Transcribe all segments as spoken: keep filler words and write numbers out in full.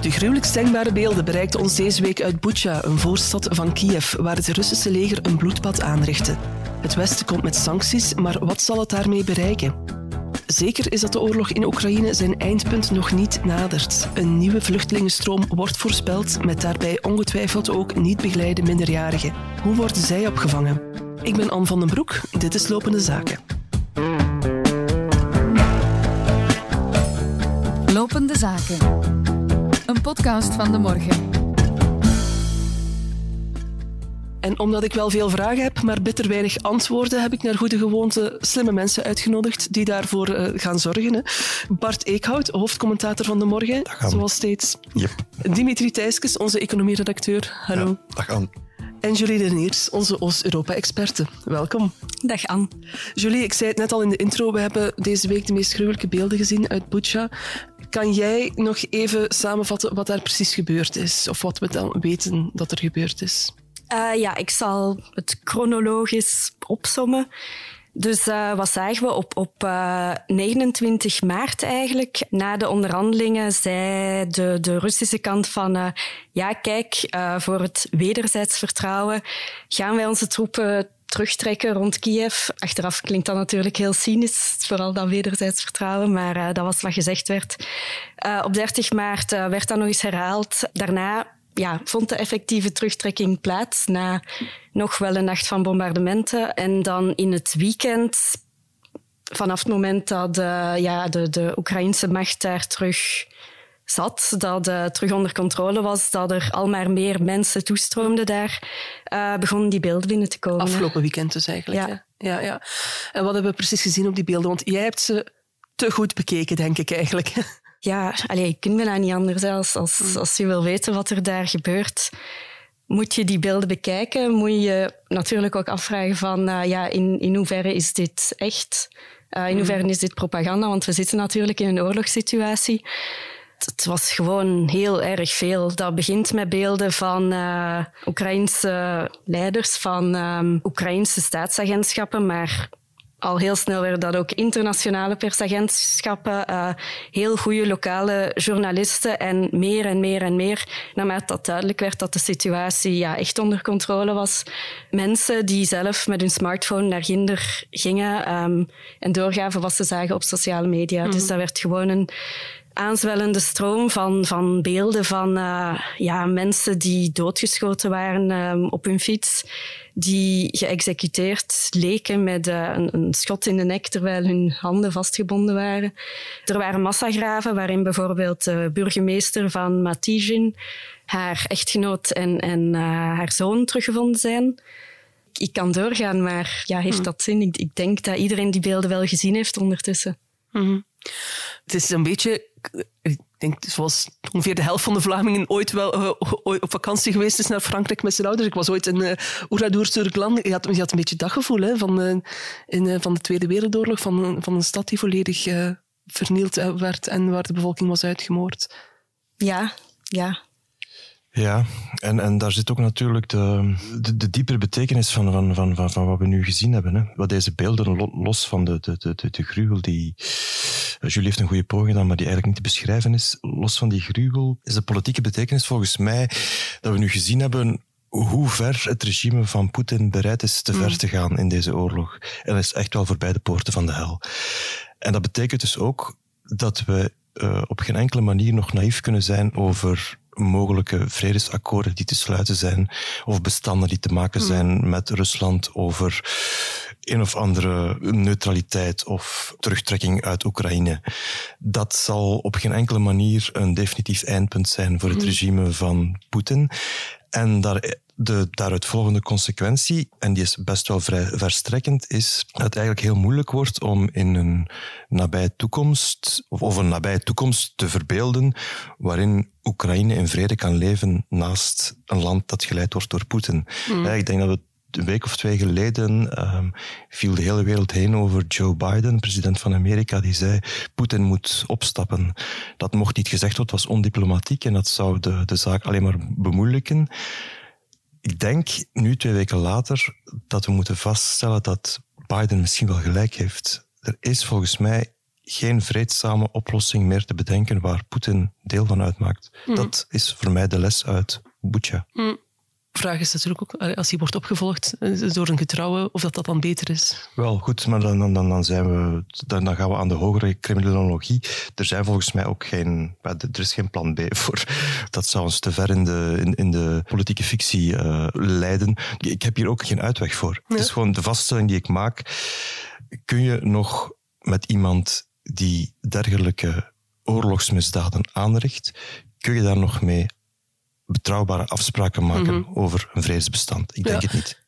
De gruwelijk stengbare beelden bereikten ons deze week uit Bucha, een voorstad van Kiev, waar het Russische leger een bloedbad aanrichtte. Het Westen komt met sancties, maar wat zal het daarmee bereiken? Zeker is dat de oorlog in Oekraïne zijn eindpunt nog niet nadert. Een nieuwe vluchtelingenstroom wordt voorspeld, met daarbij ongetwijfeld ook niet begeleide minderjarigen. Hoe worden zij opgevangen? Ik ben Anne van den Broek, dit is Lopende Zaken. Lopende Zaken. Een podcast van De Morgen. En omdat ik wel veel vragen heb, maar bitter weinig antwoorden, heb ik naar goede gewoonte slimme mensen uitgenodigd die daarvoor uh, gaan zorgen. Hè. Bart Eekhout, hoofdcommentator van De Morgen, zoals steeds. Yep. Dimitri Thijskes, onze economieredacteur. Hallo. Ja, dag Anne. En Julie Deniers, onze Oost-Europa-experte. Welkom. Dag Anne. Julie, ik zei het net al in de intro, we hebben deze week de meest gruwelijke beelden gezien uit Bucha. Kan jij nog even samenvatten wat daar precies gebeurd is? Of wat we dan weten dat er gebeurd is? Uh, ja, ik zal het chronologisch opsommen. Dus uh, wat zagen we op, op uh, negenentwintig maart eigenlijk? Na de onderhandelingen zei de, de Russische kant van... Uh, ja, kijk, uh, voor het wederzijds vertrouwen gaan wij onze troepen terugtrekken rond Kiev. Achteraf klinkt dat natuurlijk heel cynisch, vooral dat wederzijds vertrouwen, maar uh, dat was wat gezegd werd. Uh, op dertig maart uh, werd dat nog eens herhaald. Daarna... Ja, vond de effectieve terugtrekking plaats na nog wel een nacht van bombardementen. En dan in het weekend, vanaf het moment dat uh, ja, de, de Oekraïnse macht daar terug zat, dat uh, terug onder controle was, dat er al maar meer mensen toestroomden daar, uh, begonnen die beelden binnen te komen. Afgelopen weekend dus eigenlijk. Ja. Hè? Ja, ja. En wat hebben we precies gezien op die beelden? Want jij hebt ze te goed bekeken, denk ik eigenlijk. Ja, allee, ik kan bijna niet anders. Als, als, als je wil weten wat er daar gebeurt, moet je die beelden bekijken. Moet je natuurlijk ook afvragen van, uh, ja, in, in hoeverre is dit echt? Uh, in hoeverre is dit propaganda? Want we zitten natuurlijk in een oorlogssituatie. Het, het was gewoon heel erg veel. Dat begint met beelden van uh, Oekraïense leiders, van um, Oekraïense staatsagentschappen, maar... Al heel snel werden dat ook internationale persagentschappen, uh, heel goede lokale journalisten en meer en meer en meer, naarmate dat duidelijk werd dat de situatie ja, echt onder controle was. Mensen die zelf met hun smartphone naar Ginder gingen um, en doorgaven wat ze zagen op sociale media. Mm-hmm. Dus dat werd gewoon een aanzwellende stroom van, van beelden van uh, ja, mensen die doodgeschoten waren um, op hun fiets, die geëxecuteerd leken met uh, een, een schot in de nek terwijl hun handen vastgebonden waren. Er waren massagraven waarin bijvoorbeeld de burgemeester van Matizhin, haar echtgenoot en, en uh, haar zoon teruggevonden zijn. Ik kan doorgaan, maar ja, heeft dat zin? Ik, ik denk dat iedereen die beelden wel gezien heeft ondertussen. Mm-hmm. Het is een beetje... Ik denk, zoals ongeveer de helft van de Vlamingen ooit wel uh, ooit op vakantie geweest is naar Frankrijk met zijn ouders. Ik was ooit in uh, Oradour-sur-Glane. Je had, je had een beetje dat gevoel hè, van, uh, in, uh, van de Tweede Wereldoorlog, van, van een stad die volledig uh, vernield werd en waar de bevolking was uitgemoord. Ja, ja. Ja, en, en daar zit ook natuurlijk de, de, de diepere betekenis van, van, van, van, van wat we nu gezien hebben. Hè. Wat deze beelden, los van de, de, de, de gruwel die... Julie heeft een goede poging gedaan, maar die eigenlijk niet te beschrijven is. Los van die gruwel is de politieke betekenis volgens mij dat we nu gezien hebben hoe ver het regime van Poetin bereid is te ver te gaan in deze oorlog. En dat is echt wel voorbij de poorten van de hel. En dat betekent dus ook dat we uh, op geen enkele manier nog naïef kunnen zijn over mogelijke vredesakkoorden die te sluiten zijn, of bestanden die te maken zijn met Rusland over een of andere neutraliteit of terugtrekking uit Oekraïne. Dat zal op geen enkele manier een definitief eindpunt zijn voor het regime van Poetin. En daar, de daaruit volgende consequentie, en die is best wel vrij verstrekkend, is dat het eigenlijk heel moeilijk wordt om in een nabije toekomst, of, of een nabije toekomst te verbeelden, waarin Oekraïne in vrede kan leven naast een land dat geleid wordt door Poetin. Mm. Ja, ik denk dat we een week of twee geleden um, viel de hele wereld heen over Joe Biden, president van Amerika, die zei Poetin moet opstappen. Dat mocht niet gezegd worden, was ondiplomatiek en dat zou de, de zaak alleen maar bemoeilijken. Ik denk, nu twee weken later, dat we moeten vaststellen dat Biden misschien wel gelijk heeft. Er is volgens mij geen vreedzame oplossing meer te bedenken waar Poetin deel van uitmaakt. Mm. Dat is voor mij de les uit Bucha. Mm. Vraag is natuurlijk ook, als hij wordt opgevolgd door een getrouwe, of dat dat dan beter is. Wel, goed, maar dan, dan, dan, zijn we, dan, dan gaan we aan de hogere criminologie. Er zijn volgens mij ook geen... Er is geen plan B voor. Dat zou ons te ver in de, in, in de politieke fictie uh, leiden. Ik heb hier ook geen uitweg voor. Ja. Het is gewoon de vaststelling die ik maak. Kun je nog met iemand die dergelijke oorlogsmisdaden aanricht, kun je daar nog mee betrouwbare afspraken maken mm-hmm. over een vredesbestand? Ik denk ja. het niet.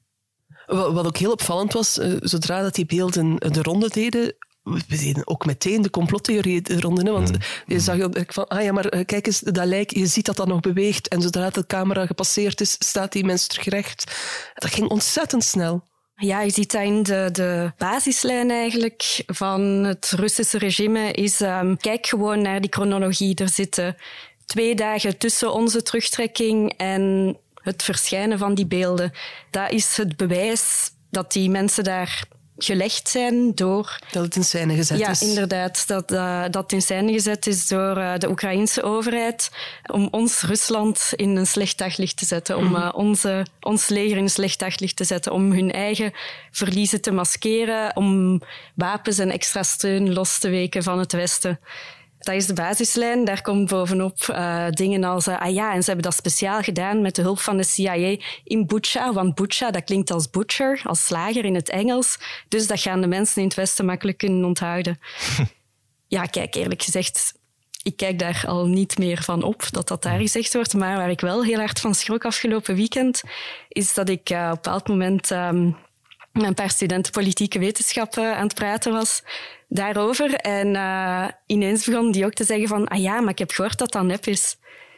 Wat ook heel opvallend was, zodra dat die beelden de ronde deden, we deden ook meteen de complottheorie de ronde. Want mm. je zag dan van, ah ja, maar kijk eens, dat lijk, je ziet dat dat nog beweegt. En zodra de camera gepasseerd is, staat die mens terug recht. Dat ging ontzettend snel. Ja, je ziet dat in de, de basislijn eigenlijk van het Russische regime is, um, kijk gewoon naar die chronologie. Er zitten twee dagen tussen onze terugtrekking en het verschijnen van die beelden. Dat is het bewijs dat die mensen daar gelegd zijn door... Dat het in scène gezet ja, is. Ja, inderdaad. Dat uh, dat in scène gezet is door uh, de Oekraïense overheid om ons Rusland in een slecht daglicht te zetten. Om uh, onze, ons leger in een slecht daglicht te zetten. Om hun eigen verliezen te maskeren. Om wapens en extra steun los te weken van het Westen. Dat is de basislijn. Daar komt bovenop uh, dingen als... Uh, ah ja, en ze hebben dat speciaal gedaan met de hulp van de C I A in Bucha. Want Bucha, dat klinkt als butcher, als slager in het Engels. Dus dat gaan de mensen in het Westen makkelijk kunnen onthouden. Ja, kijk, eerlijk gezegd, ik kijk daar al niet meer van op dat dat daar gezegd wordt. Maar waar ik wel heel hard van schrok afgelopen weekend, is dat ik uh, op een bepaald moment... Um, met een paar studenten politieke wetenschappen aan het praten was daarover. En uh, ineens begon die ook te zeggen van, ah ja, maar ik heb gehoord dat dat nep is.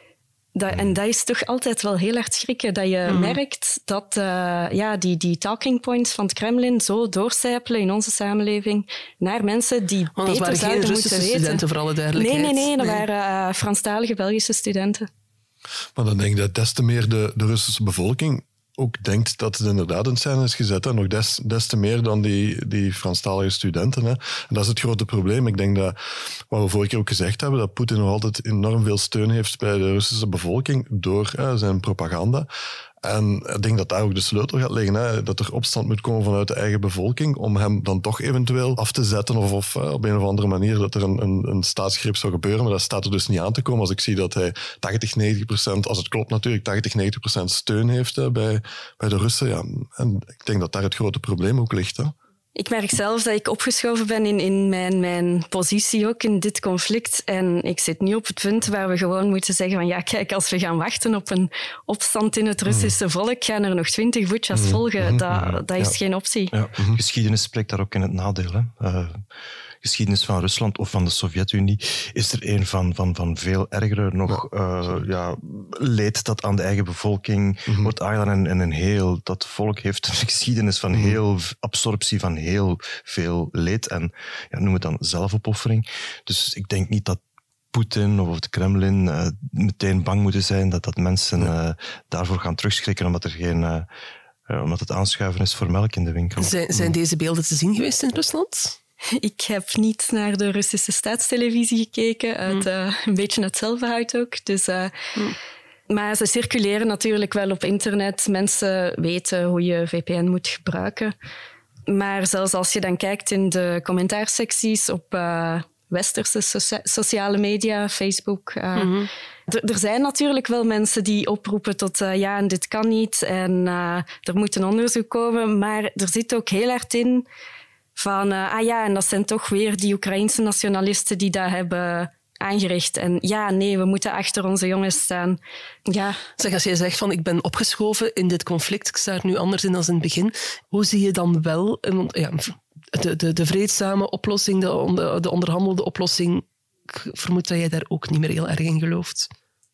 Dat, en dat is toch altijd wel heel hard schrikken, dat je mm. merkt dat uh, ja, die, die talking points van het Kremlin zo doorcijpelen in onze samenleving naar mensen die Want beter waren zouden geen moeten Russische weten. studenten, voor alle duidelijkheid. Nee, nee, nee, dat nee. waren uh, Franstalige Belgische studenten. Maar dan denk ik dat des te meer de, de Russische bevolking ook denkt dat het inderdaad in scène is gezet. En nog des, des te meer dan die, die Franstalige studenten. Hè. En dat is het grote probleem. Ik denk dat, wat we vorige keer ook gezegd hebben, dat Poetin nog altijd enorm veel steun heeft bij de Russische bevolking door hè, zijn propaganda. En ik denk dat daar ook de sleutel gaat liggen. Hè? Dat er opstand moet komen vanuit de eigen bevolking om hem dan toch eventueel af te zetten of, of uh, op een of andere manier dat er een, een, een staatsgreep zou gebeuren. Maar dat staat er dus niet aan te komen. Als ik zie dat hij tachtig, negentig procent, als het klopt natuurlijk, tachtig, negentig procent steun heeft hè, bij, bij de Russen. Ja. En ik denk dat daar het grote probleem ook ligt. Hè? Ik merk zelf dat ik opgeschoven ben in, in mijn, mijn positie ook in dit conflict. En ik zit nu op het punt waar we gewoon moeten zeggen van ja, kijk, als we gaan wachten op een opstand in het Russische volk, gaan er nog twintig Bucha's volgen. Dat, dat is ja. geen optie. Ja. Geschiedenis spreekt daar ook in het nadeel. Hè. Uh, geschiedenis van Rusland of van de Sovjet-Unie is er een van, van, van veel ergere nog uh, ja, leed dat aan de eigen bevolking mm-hmm. wordt aangedaan. En, en een heel, dat volk heeft een geschiedenis van mm-hmm. heel absorptie van heel veel leed en ja, noem het dan zelfopoffering. Dus ik denk niet dat Poetin of het Kremlin uh, meteen bang moeten zijn dat, dat mensen uh, daarvoor gaan terugschrikken omdat er geen... Uh, uh, omdat het aanschuiven is voor melk in de winkel. Zijn, zijn deze beelden te zien geweest in Rusland? Ik heb niet naar de Russische staatstelevisie gekeken. Uit uh, een beetje hetzelfde hout ook. Dus, uh, mm. Maar ze circuleren natuurlijk wel op internet. Mensen weten hoe je V P N moet gebruiken. Maar zelfs als je dan kijkt in de commentaarsecties op uh, westerse socia- sociale media, Facebook... Uh, mm-hmm. d- er zijn natuurlijk wel mensen die oproepen tot uh, ja, en dit kan niet. En uh, er moet een onderzoek komen. Maar er zit ook heel hard in... Van, uh, ah ja, en dat zijn toch weer die Oekraïense nationalisten die dat hebben aangericht. En ja, nee, we moeten achter onze jongens staan. Ja. Zeg, als jij zegt van ik ben opgeschoven in dit conflict, ik sta er nu anders in dan in het begin, hoe zie je dan wel ja, de, de, de vreedzame oplossing, de, onder, de onderhandelde oplossing? Ik vermoed dat jij daar ook niet meer heel erg in gelooft.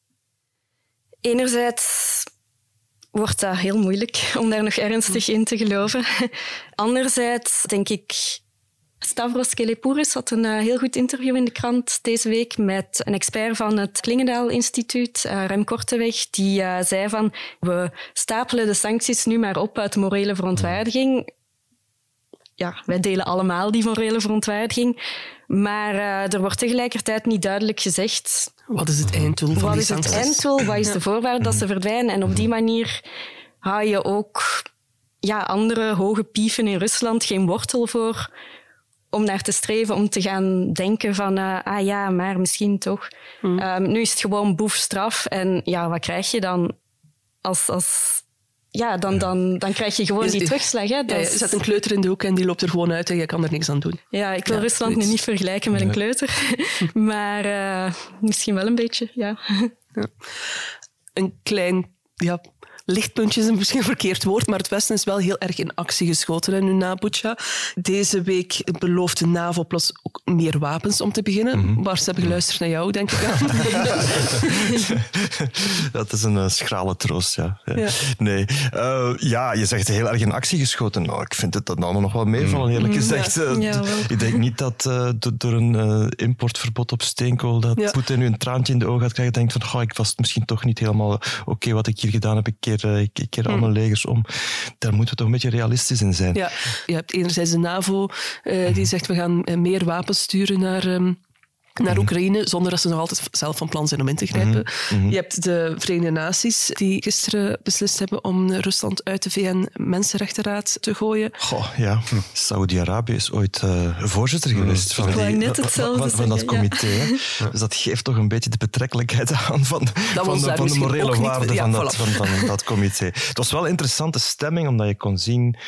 Enerzijds wordt dat heel moeilijk om daar nog ernstig in te geloven. Anderzijds denk ik... Stavros Kelepouris had een uh, heel goed interview in de krant deze week met een expert van het Klingendaal Instituut, uh, Rem Korteweg, die uh, zei van we stapelen de sancties nu maar op uit morele verontwaardiging. ja, wij delen allemaal die morele verontwaardiging. Maar uh, er wordt tegelijkertijd niet duidelijk gezegd... Wat is het einddoel van Wat die is het sancties? einddoel? Wat is de voorwaarde dat ze verdwijnen? En op die manier hou je ook ja, andere hoge pieven in Rusland geen wortel voor om naar te streven, om te gaan denken van uh, ah ja, maar misschien toch. Hmm. Um, nu is het gewoon boefstraf. En ja, wat krijg je dan als... als Ja, dan, dan, dan krijg je gewoon je, die terugslag. Hè. Ja, je zet een kleuter in de hoek en die loopt er gewoon uit en je kan er niks aan doen. Ja, ik wil ja, Rusland zoiets. nu niet vergelijken met een kleuter. maar uh, misschien wel een beetje, ja. ja. Een klein... Ja, lichtpuntje is een misschien een verkeerd woord, maar het Westen is wel heel erg in actie geschoten hè, nu na Bucha. Deze week belooft de NAVO plus ook meer wapens om te beginnen. Mm-hmm. Bart, ze hebben geluisterd naar jou, denk ik. Dat is een uh, schrale troost, ja. ja. ja. Nee, uh, ja, je zegt heel erg in actie geschoten. Nou, ik vind het dat allemaal nog wel meevallen, eerlijk mm. gezegd. Ja. Uh, Ja, ik denk niet dat uh, door een uh, importverbod op steenkool dat ja. Poetin nu een traantje in de ogen gaat krijgen en denkt van, oh, ik was misschien toch niet helemaal oké okay, wat ik hier gedaan heb. Ik keer, uh, ik, ik keer mm. al mijn legers om. Daar moeten we toch een beetje realistisch in zijn. Ja, je hebt enerzijds de NAVO uh, die zegt we gaan meer wapens sturen naar... Um naar Oekraïne, zonder dat ze nog altijd zelf van plan zijn om in te grijpen. Mm-hmm. Je hebt de Verenigde Naties, die gisteren beslist hebben om Rusland uit de V N-Mensenrechtenraad te gooien. Goh, ja. Hm. Saoedi-Arabië is ooit uh, voorzitter geweest mm. van, die, net hetzelfde van, van, van dat comité. Ja. Ja. Dus dat geeft toch een beetje de betrekkelijkheid aan van, van, de, van de morele waarde ja, van, dat, voilà. van, van dat comité. Het was wel een interessante stemming, omdat je kon zien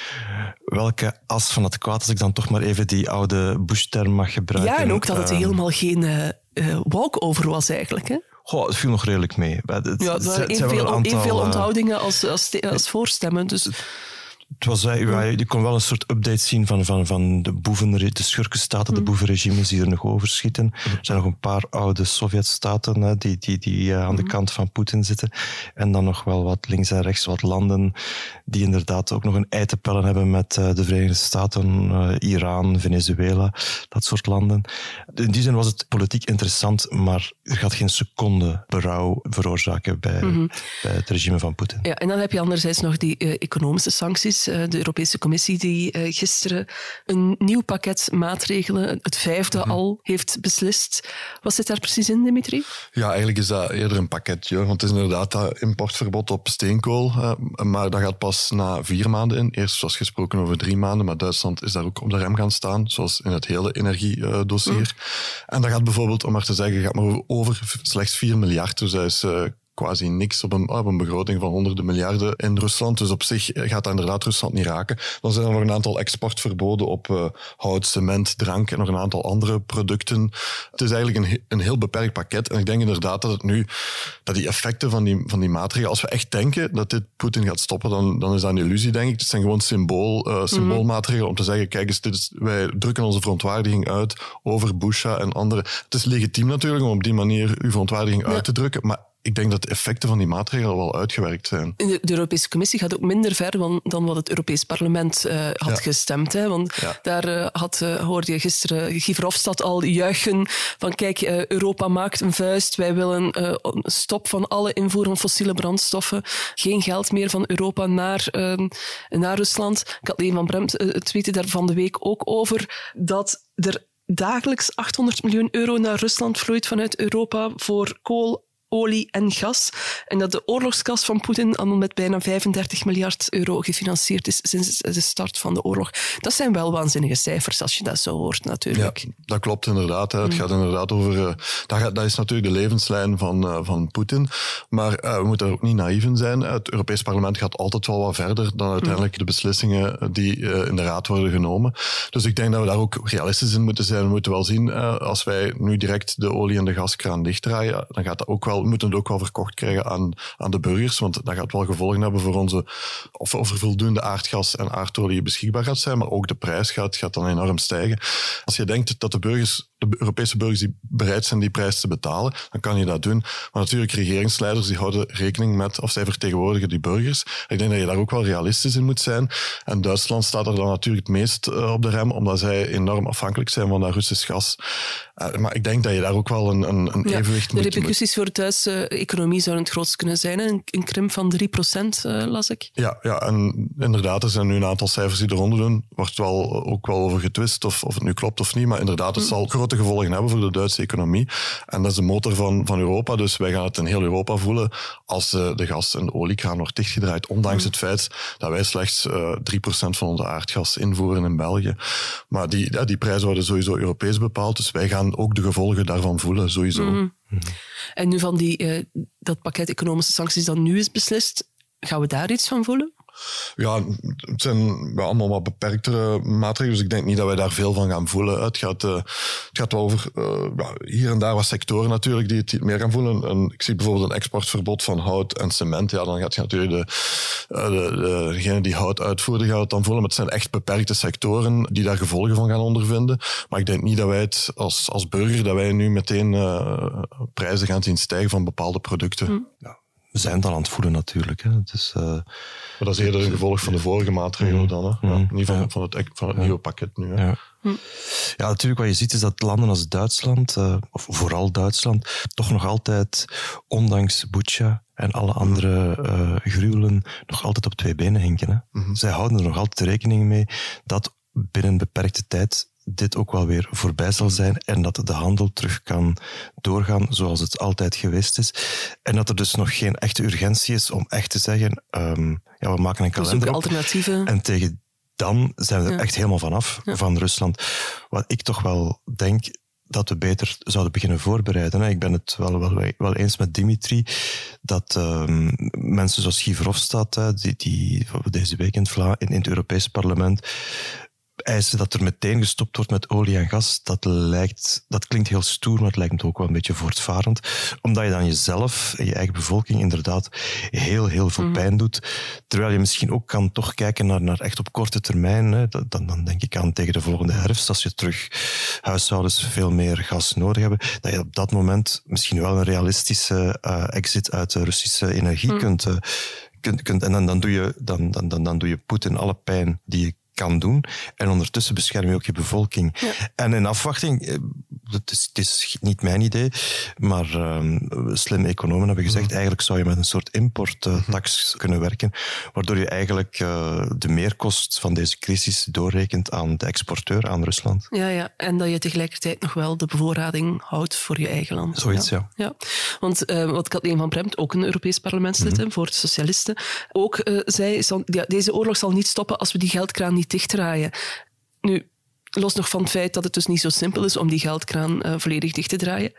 welke as van het kwaad, als ik dan toch maar even die oude Bush-term mag gebruiken. Ja, en ook dat het uh, helemaal geen Uh, uh, walkover was eigenlijk, hè? Goh, het viel nog redelijk mee. Het, ja, het waren evenveel, aantal, evenveel onthoudingen als, als, als voorstemmen. Dus... Het was, ja, je kon wel een soort update zien van, van, van de boeven, de schurkenstaten, de boevenregimes die er nog overschieten. Er zijn nog een paar oude Sovjetstaten hè, die, die, die uh, aan de kant van Poetin zitten. En dan nog wel wat links en rechts, wat landen die inderdaad ook nog een ei te pellen hebben met uh, de Verenigde Staten, uh, Iran, Venezuela, dat soort landen. In die zin was het politiek interessant, maar er gaat geen seconde berouw veroorzaken bij, mm-hmm. bij het regime van Poetin. Ja, en dan heb je anderzijds nog die uh, economische sancties. De Europese Commissie die uh, gisteren een nieuw pakket maatregelen, het vijfde mm-hmm. al, heeft beslist. Wat zit daar precies in, Dimitri? Ja, eigenlijk is dat eerder een pakketje. Want het is inderdaad dat importverbod op steenkool. Uh, maar dat gaat pas na vier maanden in. Eerst was gesproken over drie maanden, maar Duitsland is daar ook op de rem gaan staan, zoals in het hele energiedossier. Mm. En dat gaat bijvoorbeeld, om maar te zeggen, gaat maar over slechts vier miljard. Dus dat is... Uh, quasi niks op een, op een begroting van honderden miljarden in Rusland. Dus op zich gaat dat inderdaad Rusland niet raken. Dan zijn er nog een aantal exportverboden op uh, hout, cement, drank en nog een aantal andere producten. Het is eigenlijk een, een heel beperkt pakket. En ik denk inderdaad dat het nu, dat die effecten van die, van die maatregelen, als we echt denken dat dit Poetin gaat stoppen, dan, dan is dat een illusie, denk ik. Het zijn gewoon symbool, uh, symboolmaatregelen om te zeggen, kijk eens, dit is, wij drukken onze verontwaardiging uit over Bucha en anderen. Het is legitiem natuurlijk om op die manier uw verontwaardiging ja. uit te drukken, maar ik denk dat de effecten van die maatregelen wel uitgewerkt zijn. De, de Europese Commissie gaat ook minder ver dan, dan wat het Europees Parlement uh, had ja. gestemd. Hè? Want ja. daar uh, had, uh, hoorde je gisteren Guy Verhofstadt al juichen van kijk, uh, Europa maakt een vuist. Wij willen uh, stop van alle invoer van fossiele brandstoffen. Geen geld meer van Europa naar, uh, naar Rusland. Ik had Leen van Bremt uh, tweette daar van de week ook over dat er dagelijks achthonderd miljoen euro naar Rusland vloeit vanuit Europa voor kool, olie en gas. En dat de oorlogskas van Poetin al met bijna vijfendertig miljard euro gefinancierd is sinds de start van de oorlog. Dat zijn wel waanzinnige cijfers als je dat zo hoort natuurlijk. Ja, dat klopt inderdaad. Hè. Het gaat inderdaad over... Uh, dat, gaat, dat is natuurlijk de levenslijn van, uh, van Poetin. Maar uh, we moeten er ook niet naïef in zijn. Het Europees Parlement gaat altijd wel wat verder dan uiteindelijk de beslissingen die uh, in de Raad worden genomen. Dus ik denk dat we daar ook realistisch in moeten zijn. We moeten wel zien, uh, als wij nu direct de olie- en de gaskraan dichtdraaien, dan gaat dat ook wel, we moeten het ook wel verkocht krijgen aan, aan de burgers, want dat gaat wel gevolgen hebben voor onze, of, of er voldoende aardgas en aardolie beschikbaar gaat zijn, maar ook de prijs gaat, gaat dan enorm stijgen. Als je denkt dat de burgers de Europese burgers die bereid zijn die prijs te betalen, dan kan je dat doen. Maar natuurlijk, regeringsleiders die houden rekening met, of zij vertegenwoordigen die burgers. Ik denk dat je daar ook wel realistisch in moet zijn. En Duitsland staat er dan natuurlijk het meest uh, op de rem, omdat zij enorm afhankelijk zijn van dat Russisch gas. Uh, maar ik denk dat je daar ook wel een, een, een ja, evenwicht de moet... De repercussies voor de Duitse economie zouden het grootst kunnen zijn. Een, een krimp van drie procent, uh, las ik. Ja, ja, en inderdaad, er zijn nu een aantal cijfers die de ronde doen. Er wordt wel, ook wel over getwist of, of het nu klopt of niet. Maar inderdaad, het zal grote gevolgen hebben voor de Duitse economie. En dat is de motor van, van Europa. Dus wij gaan het in heel Europa voelen als uh, de gas- en de oliekraan wordt dichtgedraaid. Ondanks mm. het feit dat wij slechts uh, drie procent van onze aardgas invoeren in België. Maar die, ja, die prijzen worden sowieso Europees bepaald. Dus wij gaan ook de gevolgen daarvan voelen, sowieso. Mm. Mm. En nu van die, uh, dat pakket economische sancties dat nu is beslist, gaan we daar iets van voelen? Ja, het zijn ja, allemaal wat beperktere maatregelen, dus ik denk niet dat wij daar veel van gaan voelen. Het gaat, uh, het gaat wel over uh, ja, hier en daar wat sectoren natuurlijk die het meer gaan voelen. En ik zie bijvoorbeeld een exportverbod van hout en cement. Ja, dan gaat je natuurlijk de, uh, de, de, degene die hout uitvoeren gaat het dan voelen. Maar het zijn echt beperkte sectoren die daar gevolgen van gaan ondervinden. Maar ik denk niet dat wij het als, als burger, dat wij nu meteen uh, prijzen gaan zien stijgen van bepaalde producten. Hm. Ja. We zijn het al aan het voelen natuurlijk. Hè. Dus, uh, maar dat is eerder een gevolg van de vorige maatregelen dan. Hè. Ja, niet van, van het, van het ja. nieuwe pakket nu. Hè. Ja. ja, natuurlijk wat je ziet is dat landen als Duitsland, uh, of vooral Duitsland, toch nog altijd, ondanks Bucha en alle andere uh, gruwelen, nog altijd op twee benen hinken. Hè. Mm-hmm. Zij houden er nog altijd rekening mee dat binnen een beperkte tijd dit ook wel weer voorbij zal zijn en dat de handel terug kan doorgaan zoals het altijd geweest is. En dat er dus nog geen echte urgentie is om echt te zeggen, um, ja, we maken een kalender op. Alternatieven. En tegen dan zijn we er ja. echt helemaal vanaf, ja. van Rusland. Wat ik toch wel denk dat we beter zouden beginnen voorbereiden. Ik ben het wel, wel, wel eens met Dimitri dat um, mensen zoals Guy Verhofstadt, die, die deze week in het, Vla- in, in het Europese parlement eisen dat er meteen gestopt wordt met olie en gas, dat lijkt, dat klinkt heel stoer, maar het lijkt me ook wel een beetje voortvarend. Omdat je dan jezelf en je eigen bevolking inderdaad heel, heel veel pijn doet. Terwijl je misschien ook kan toch kijken naar, naar echt op korte termijn. Hè. Dan, dan denk ik aan tegen de volgende herfst, als je terug huishoudens veel meer gas nodig hebben, dat je op dat moment misschien wel een realistische uh, exit uit de Russische energie mm. kunt, uh, kunt, kunt. En dan, dan doe je, dan, dan, dan, dan doe je Poetin alle pijn die je kan doen. En ondertussen bescherm je ook je bevolking. Ja. En in afwachting, het is, het is niet mijn idee, maar um, slimme economen hebben gezegd, mm. eigenlijk zou je met een soort importtax mm-hmm. kunnen werken, waardoor je eigenlijk uh, de meerkost van deze crisis doorrekent aan de exporteur, aan Rusland. Ja, ja, en dat je tegelijkertijd nog wel de bevoorrading houdt voor je eigen land. Zoiets, ja. ja. ja. Want uh, wat Kathleen van Bremt, ook een Europees parlementslid mm-hmm. voor de socialisten, ook uh, zei, zal, ja, deze oorlog zal niet stoppen als we die geldkraan niet dichtdraaien. Nu, los nog van het feit dat het dus niet zo simpel is om die geldkraan uh, volledig dicht te draaien.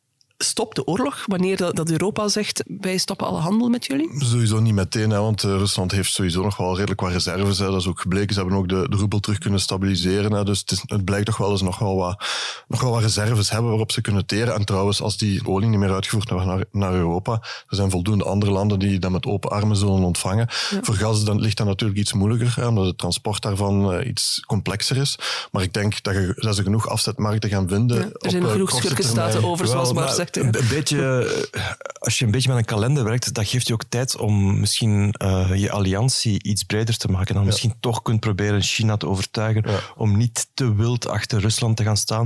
Stop de oorlog, wanneer dat Europa zegt, wij stoppen alle handel met jullie? Sowieso niet meteen, hè, want uh, Rusland heeft sowieso nog wel redelijk wat reserves. Hè. Dat is ook gebleken. Ze hebben ook de, de roebel terug kunnen stabiliseren. Hè. Dus het, is, het blijkt toch wel eens nog wel, wat, nog wel wat reserves hebben waarop ze kunnen teren. En trouwens, als die olie niet meer uitgevoerd wordt naar, naar Europa, er zijn voldoende andere landen die dat met open armen zullen ontvangen. Ja. Voor gas dan, ligt dat natuurlijk iets moeilijker, hè, omdat het transport daarvan uh, iets complexer is. Maar ik denk dat, je, dat ze genoeg afzetmarkten gaan vinden. Ja, er zijn op, genoeg uh, schurkenstaten over, zoals Bart zegt. Een beetje, als je een beetje met een kalender werkt, dat geeft je ook tijd om misschien uh, je alliantie iets breder te maken. Dan ja. misschien toch kunt proberen China te overtuigen ja. om niet te wild achter Rusland te gaan staan.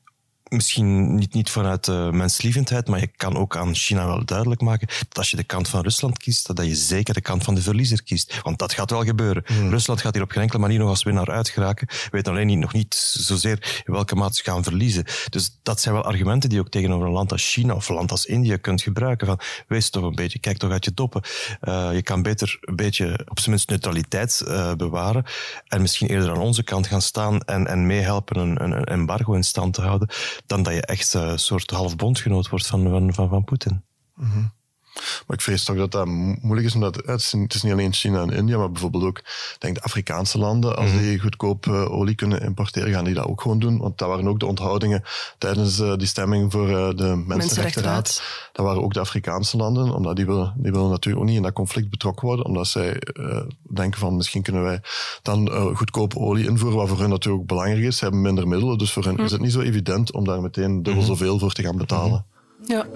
Misschien niet, niet vanuit uh, menslievendheid, maar je kan ook aan China wel duidelijk maken dat als je de kant van Rusland kiest, dat je zeker de kant van de verliezer kiest. Want dat gaat wel gebeuren. Mm. Rusland gaat hier op geen enkele manier nog als winnaar uitgeraken. Weet alleen niet, nog niet zozeer in welke mate ze gaan verliezen. Dus dat zijn wel argumenten die je ook tegenover een land als China of een land als India kunt gebruiken. Van, wees toch een beetje, kijk toch uit je doppen. Uh, je kan beter een beetje op zijn minst neutraliteit uh, bewaren en misschien eerder aan onze kant gaan staan en, en meehelpen een, een embargo in stand te houden, dan dat je echt een soort half bondgenoot wordt van, van, van, van Poetin. Mm-hmm. Maar ik vrees toch dat dat mo- moeilijk is, omdat het is, het is niet alleen China en India, maar bijvoorbeeld ook ik denk de Afrikaanse landen, als die goedkoop uh, olie kunnen importeren, gaan die dat ook gewoon doen. Want dat waren ook de onthoudingen tijdens uh, die stemming voor uh, de Mensenrechtenraad. Dat waren ook de Afrikaanse landen, omdat die willen, die willen natuurlijk ook niet in dat conflict betrokken worden, omdat zij uh, denken van misschien kunnen wij dan uh, goedkoop olie invoeren, wat voor hun natuurlijk ook belangrijk is. Ze hebben minder middelen, dus voor hen mm. is het niet zo evident om daar meteen dubbel mm-hmm. zoveel voor te gaan betalen. Ja.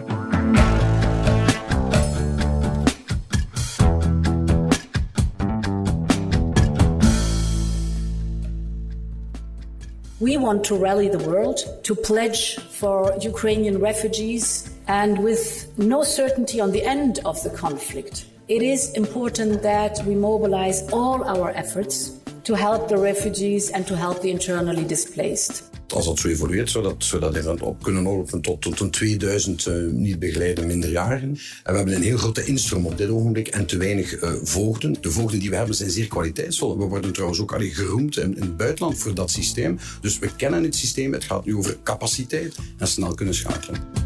We want to rally the world to pledge for Ukrainian refugees, and with no certainty on the end of the conflict, it is important that we mobilize all our efforts to help the refugees and to help the internally displaced. Als dat zo evolueert, zou dat, zou dat even op kunnen lopen tot, tot een tweeduizend uh, niet begeleide minderjarigen. En we hebben een heel grote instroom op dit ogenblik en te weinig uh, voogden. De voogden die we hebben zijn zeer kwaliteitsvol. We worden trouwens ook allee, geroemd in, in het buitenland voor dat systeem. Dus we kennen het systeem. Het gaat nu over capaciteit en snel kunnen schakelen.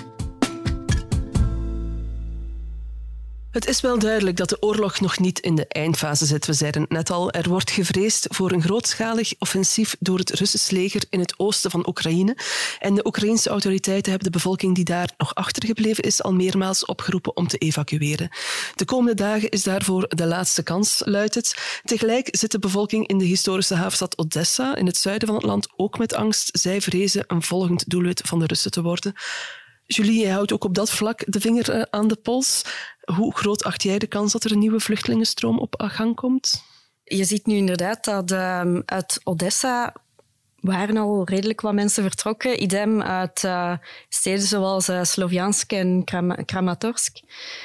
Het is wel duidelijk dat de oorlog nog niet in de eindfase zit. We zeiden het net al, er wordt gevreesd voor een grootschalig offensief door het Russisch leger in het oosten van Oekraïne. En de Oekraïnse autoriteiten hebben de bevolking die daar nog achtergebleven is al meermaals opgeroepen om te evacueren. De komende dagen is daarvoor de laatste kans, luidt het. Tegelijk zit de bevolking in de historische havenstad Odessa in het zuiden van het land ook met angst. Zij vrezen een volgend doelwit van de Russen te worden. Julie, jij houdt ook op dat vlak de vinger aan de pols. Hoe groot acht jij de kans dat er een nieuwe vluchtelingenstroom op gang komt? Je ziet nu inderdaad dat um, uit Odessa waren al redelijk wat mensen vertrokken. Idem uit uh, steden zoals uh, Sloviansk en Kram- Kramatorsk.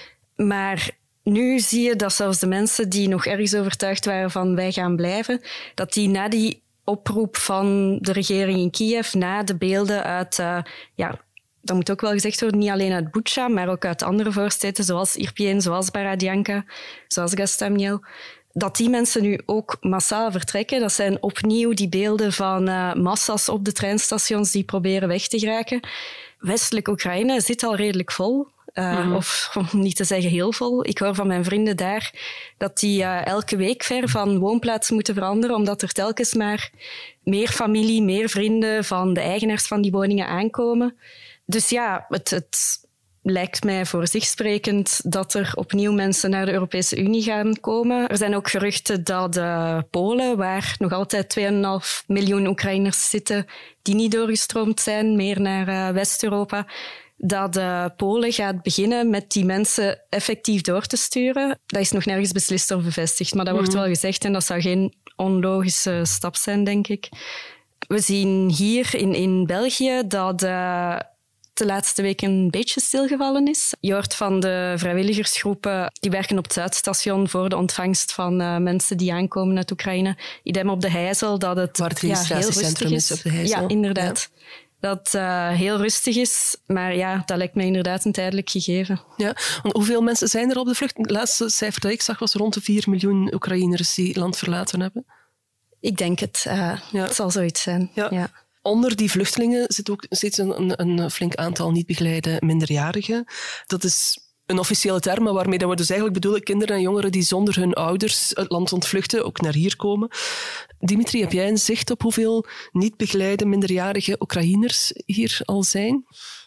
Maar nu zie je dat zelfs de mensen die nog ergens overtuigd waren van wij gaan blijven, dat die na die oproep van de regering in Kiev, na de beelden uit... Uh, ja, dat moet ook wel gezegd worden, niet alleen uit Bucha, maar ook uit andere voorsteden, zoals Irpien, zoals Baradianka, zoals Gastamnjel, dat die mensen nu ook massaal vertrekken. Dat zijn opnieuw die beelden van uh, massa's op de treinstations die proberen weg te geraken. Westelijk Oekraïne zit al redelijk vol. Uh, mm-hmm. Of om niet te zeggen heel vol. Ik hoor van mijn vrienden daar dat die uh, elke week ver van woonplaats moeten veranderen, omdat er telkens maar meer familie, meer vrienden van de eigenaars van die woningen aankomen. Dus ja, het, het lijkt mij voor zich sprekend dat er opnieuw mensen naar de Europese Unie gaan komen. Er zijn ook geruchten dat uh, Polen, waar nog altijd twee komma vijf miljoen Oekraïners zitten die niet doorgestroomd zijn, meer naar uh, West-Europa, dat uh, Polen gaat beginnen met die mensen effectief door te sturen. Dat is nog nergens beslist of bevestigd, maar dat mm-hmm. wordt wel gezegd en dat zou geen onlogische stap zijn, denk ik. We zien hier in, in België dat... Uh, de laatste week een beetje stilgevallen is. Je hoort van de vrijwilligersgroepen die werken op het Zuidstation voor de ontvangst van uh, mensen die aankomen uit Oekraïne. Idem op de Heizel, dat het, Waar het ja, heel rustig is. is op de Heizel. Ja, inderdaad. Ja. Dat uh, heel rustig is, maar ja, dat lijkt mij inderdaad een tijdelijk gegeven. Ja, want hoeveel mensen zijn er op de vlucht? Het laatste cijfer dat ik zag was rond de vier miljoen Oekraïners die het land verlaten hebben. Ik denk het. Uh, ja. Het zal zoiets zijn, ja. ja. Onder die vluchtelingen zit ook steeds een, een flink aantal niet begeleide minderjarigen. Dat is een officiële term, maar waarmee we dus eigenlijk bedoelen kinderen en jongeren die zonder hun ouders het land ontvluchten, ook naar hier komen. Dimitri, heb jij een zicht op hoeveel niet begeleide minderjarige Oekraïners hier al zijn?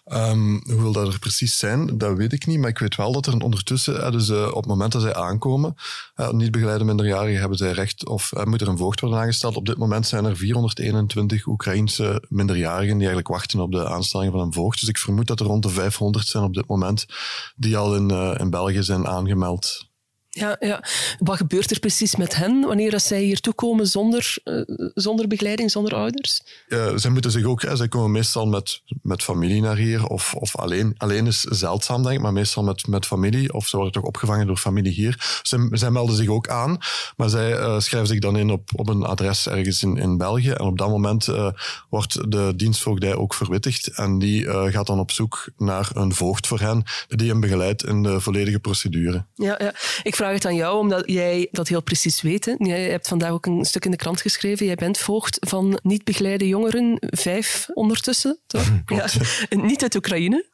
Um, hoeveel dat er precies zijn, dat weet ik niet. Maar ik weet wel dat er ondertussen, dus uh, op het moment dat zij aankomen, uh, niet begeleide minderjarigen hebben zij recht, of uh, moet er een voogd worden aangesteld. Op dit moment zijn er vierhonderdeenentwintig Oekraïense minderjarigen die eigenlijk wachten op de aanstelling van een voogd. Dus ik vermoed dat er rond de vijfhonderd zijn op dit moment die al in, uh, in België zijn aangemeld. Ja, ja. Wat gebeurt er precies met hen wanneer zij hier toekomen zonder, uh, zonder begeleiding, zonder ouders? Uh, zij moeten zich ook, hè, zij komen meestal met, met familie naar hier, of, of alleen. Alleen is zeldzaam, denk ik, maar meestal met, met familie, of ze worden toch opgevangen door familie hier. Zij, zij melden zich ook aan, maar zij uh, schrijven zich dan in op, op een adres ergens in, in België. En op dat moment uh, wordt de dienstvoogdij ook verwittigd en die uh, gaat dan op zoek naar een voogd voor hen, die hem begeleidt in de volledige procedure. Ja, ja. Ik vraag het aan jou, omdat jij dat heel precies weet. Hè. Jij hebt vandaag ook een stuk in de krant geschreven. Jij bent voogd van niet begeleide jongeren, vijf ondertussen, toch? Klopt. Ja. Niet uit Oekraïne.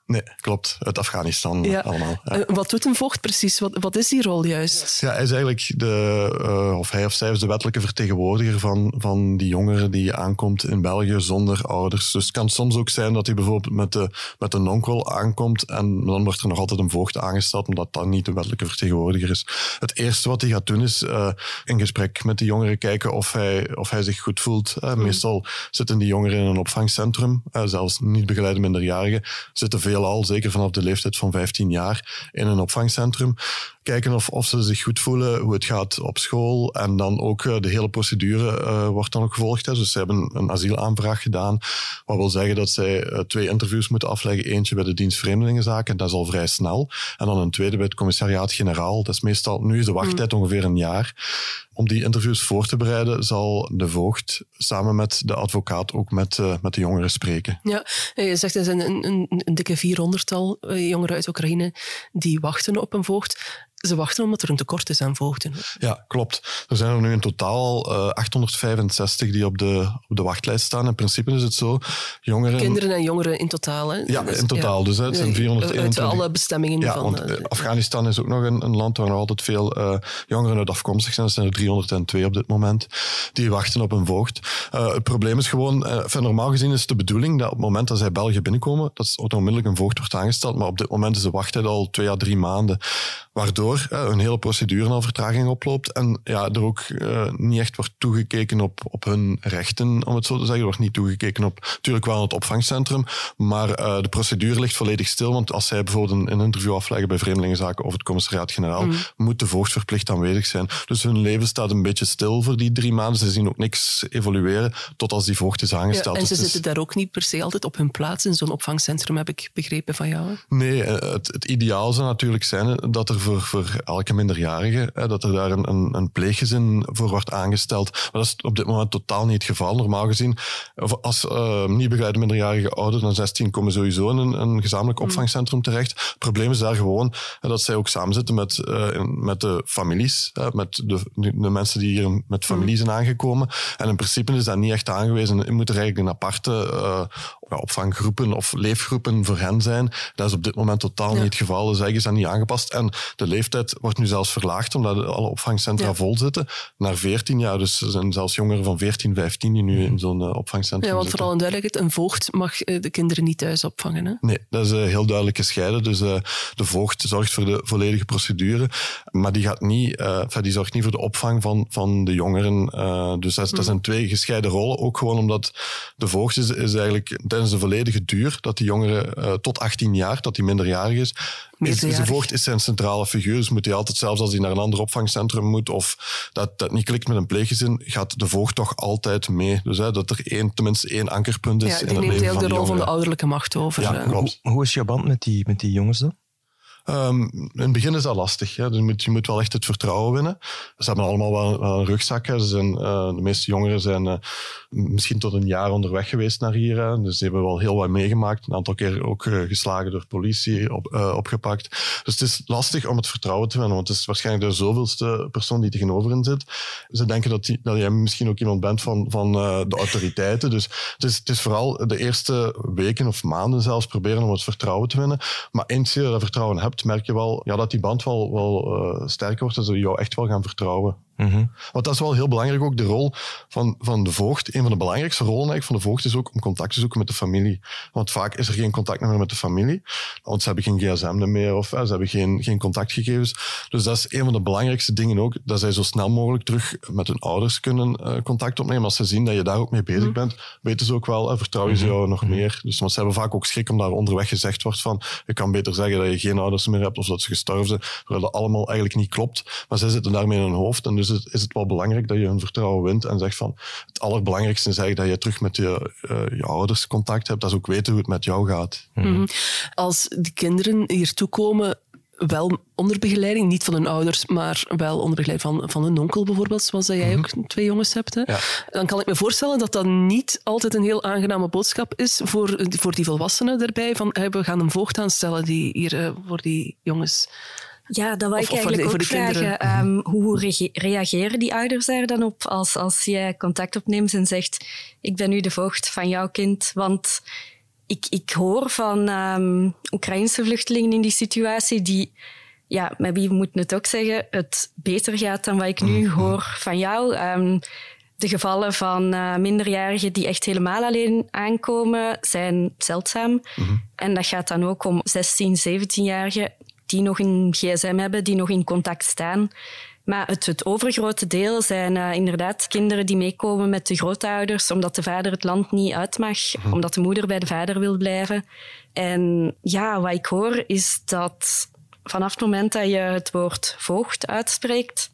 Nee, klopt. Uit Afghanistan Ja. allemaal. Ja. Uh, wat doet een voogd precies? Wat, wat is die rol juist? Ja, hij is eigenlijk de, uh, of hij of zij is de wettelijke vertegenwoordiger van, van die jongere die aankomt in België zonder ouders. Dus het kan soms ook zijn dat hij bijvoorbeeld met, de, met een onkel aankomt en dan wordt er nog altijd een voogd aangesteld, omdat dat niet de wettelijke vertegenwoordiger is. Het eerste wat hij gaat doen is uh, in gesprek met die jongeren kijken of hij, of hij zich goed voelt. Uh, mm. Meestal zitten die jongeren in een opvangcentrum, uh, zelfs niet begeleide minderjarigen, zitten veel al, zeker vanaf de leeftijd van vijftien jaar, in een opvangcentrum. Kijken of, of ze zich goed voelen, hoe het gaat op school. En dan ook uh, de hele procedure uh, wordt dan ook gevolgd. Hè. Dus ze hebben een asielaanvraag gedaan. Wat wil zeggen dat zij uh, twee interviews moeten afleggen. Eentje bij de dienst Vreemdelingenzaken, dat is al vrij snel. En dan een tweede bij het commissariaat-generaal. Dat is meestal, nu is de wachttijd mm. ongeveer een jaar. Om die interviews voor te bereiden zal de voogd samen met de advocaat ook met, uh, met de jongeren spreken. Ja, je zegt er zijn een, een, een dikke vierhonderdtal jongeren uit Oekraïne die wachten op een voogd. Ze wachten omdat er een tekort is aan voogden. Ja, klopt. Er zijn er nu in totaal uh, achthonderdvijfenzestig die op de, op de wachtlijst staan. In principe is het zo. Jongeren... Kinderen en jongeren in totaal. Hè? Ja, in totaal. Ja. Dus hè, het zijn vierhonderdeenentwintig. Uit alle bestemmingen. Ja, van... want uh, Afghanistan is ook nog een, een land waar nog altijd veel uh, jongeren uit afkomstig zijn. Er zijn er driehonderdtwee op dit moment. Die wachten op een voogd. Uh, het probleem is gewoon... Uh, enfin, normaal gezien is de bedoeling dat op het moment dat zij België binnenkomen, dat onmiddellijk een voogd wordt aangesteld. Maar op dit moment is de wachttijd al twee à drie maanden. Waardoor uh, een hele procedure al vertraging oploopt en ja, er ook uh, niet echt wordt toegekeken op, op hun rechten, om het zo te zeggen. Er wordt niet toegekeken op, natuurlijk wel het opvangcentrum, maar uh, de procedure ligt volledig stil, want als zij bijvoorbeeld een, een interview afleggen bij Vreemdelingenzaken of het commissariaat-generaal, mm. moet de voogd verplicht aanwezig zijn. Dus hun leven staat een beetje stil voor die drie maanden. Ze zien ook niks evolueren tot als die voogd is aangesteld. Ja, en ze dus zitten is... daar ook niet per se altijd op hun plaats in zo'n opvangcentrum, heb ik begrepen van jou. Nee, het, het ideaal zou natuurlijk zijn dat er voor, voor elke minderjarige, hè, dat er daar een, een, een pleeggezin voor wordt aangesteld. Maar dat is op dit moment totaal niet het geval. Normaal gezien, als uh, niet begeleide minderjarigen ouder dan zestien komen sowieso in een, een gezamenlijk opvangcentrum terecht. Het probleem is daar gewoon hè, dat zij ook samenzitten met, uh, met de families, hè, met de, de mensen die hier met familie zijn aangekomen. En in principe is dat niet echt aangewezen. Er moet er eigenlijk een aparte uh, opvanggroepen of leefgroepen voor hen zijn. Dat is op dit moment totaal ja. niet het geval. Dus eigenlijk is dat niet aangepast. En de leeftijd wordt nu zelfs verlaagd, omdat alle opvangcentra ja. vol zitten, naar veertien jaar. Dus er zijn zelfs jongeren van veertien, vijftien die nu in zo'n uh, opvangcentrum Ja, want zitten. vooral een duidelijkheid, een voogd mag uh, de kinderen niet thuis opvangen. Hè? Nee, dat is uh, heel duidelijk gescheiden. Dus uh, de voogd zorgt voor de volledige procedure, maar die, gaat niet, uh, enfin, die zorgt niet voor de opvang van, van de jongeren. Uh, dus dat, mm. dat zijn twee gescheiden rollen. Ook gewoon omdat de voogd is, is eigenlijk tijdens de volledige duur dat die jongeren uh, tot achttien jaar, dat die minderjarig is, is, is de voogd is zijn centrale figuur. Dus moet hij altijd, zelfs als hij naar een ander opvangcentrum moet of dat dat niet klikt met een pleeggezin, gaat de voogd toch altijd mee. Dus hè, dat er één, tenminste één ankerpunt is ja, in het leven van die neemt heel de rol jongeren. van de ouderlijke macht over. Ja, klopt. Hoe, hoe is je band met die, met die jongens dan? Um, in het begin is dat lastig. Hè. Dus je, moet, je moet wel echt het vertrouwen winnen. Ze hebben allemaal wel, wel een rugzak. Hè. Ze zijn, uh, de meeste jongeren zijn uh, misschien tot een jaar onderweg geweest naar hier. Hè. Dus ze hebben wel heel wat meegemaakt. Een aantal keer ook uh, geslagen door politie op, uh, opgepakt. Dus het is lastig om het vertrouwen te winnen. Want het is waarschijnlijk de zoveelste persoon die tegenover hen zit. Ze denken dat, die, dat jij misschien ook iemand bent van, van uh, de autoriteiten. Dus het is, het is vooral de eerste weken of maanden zelfs proberen om het vertrouwen te winnen. Maar eens je dat vertrouwen hebt, merk je wel ja, dat die band wel, wel uh, sterker wordt. Dat ze jou echt wel gaan vertrouwen. Mm-hmm. Want dat is wel heel belangrijk ook, de rol van, van de voogd. Een van de belangrijkste rollen eigenlijk van de voogd is ook om contact te zoeken met de familie. Want vaak is er geen contact meer met de familie. Want ze hebben geen gsm meer of eh, ze hebben geen, geen contactgegevens. Dus dat is een van de belangrijkste dingen ook, dat zij zo snel mogelijk terug met hun ouders kunnen uh, contact opnemen. Als ze zien dat je daar ook mee bezig mm-hmm. bent, weten ze ook wel, uh, vertrouwen ze jou mm-hmm. nog meer. Dus, want ze hebben vaak ook schrik om daar onderweg gezegd wordt van, je kan beter zeggen dat je geen ouders meer hebt of dat ze gestorven zijn, terwijl dat allemaal eigenlijk niet klopt. Maar zij zitten daarmee in hun hoofd en dus is het wel belangrijk dat je hun vertrouwen wint en zegt van, het allerbelangrijkste is eigenlijk dat je terug met je, uh, je ouders contact hebt, dat ze ook weten hoe het met jou gaat. Mm-hmm. Als die kinderen hiertoe komen, wel onder begeleiding, niet van hun ouders, maar wel onder begeleiding van, van een onkel bijvoorbeeld, zoals dat jij mm-hmm. ook twee jongens hebt. Hè? Ja. Dan kan ik me voorstellen dat dat niet altijd een heel aangename boodschap is voor, voor die volwassenen daarbij, van hey, we gaan een voogd aanstellen die hier uh, voor die jongens... Ja, dat wil ik of, of eigenlijk voor de, voor ook vragen. Um, hoe re- reageren die ouders daar dan op als, als jij contact opneemt en zegt, ik ben nu de voogd van jouw kind, want ik, ik hoor van um, Oekraïnse vluchtelingen in die situatie die, ja, met wie moet het ook zeggen, het beter gaat dan wat ik nu mm-hmm. hoor van jou. Um, de gevallen van uh, minderjarigen die echt helemaal alleen aankomen zijn zeldzaam. Mm-hmm. En dat gaat dan ook om zestien, zeventienjarigen die nog een gsm hebben, die nog in contact staan. Maar het, het overgrote deel zijn uh, inderdaad kinderen die meekomen met de grootouders, omdat de vader het land niet uit mag, mm-hmm. omdat de moeder bij de vader wil blijven. En ja, wat ik hoor is dat vanaf het moment dat je het woord voogd uitspreekt,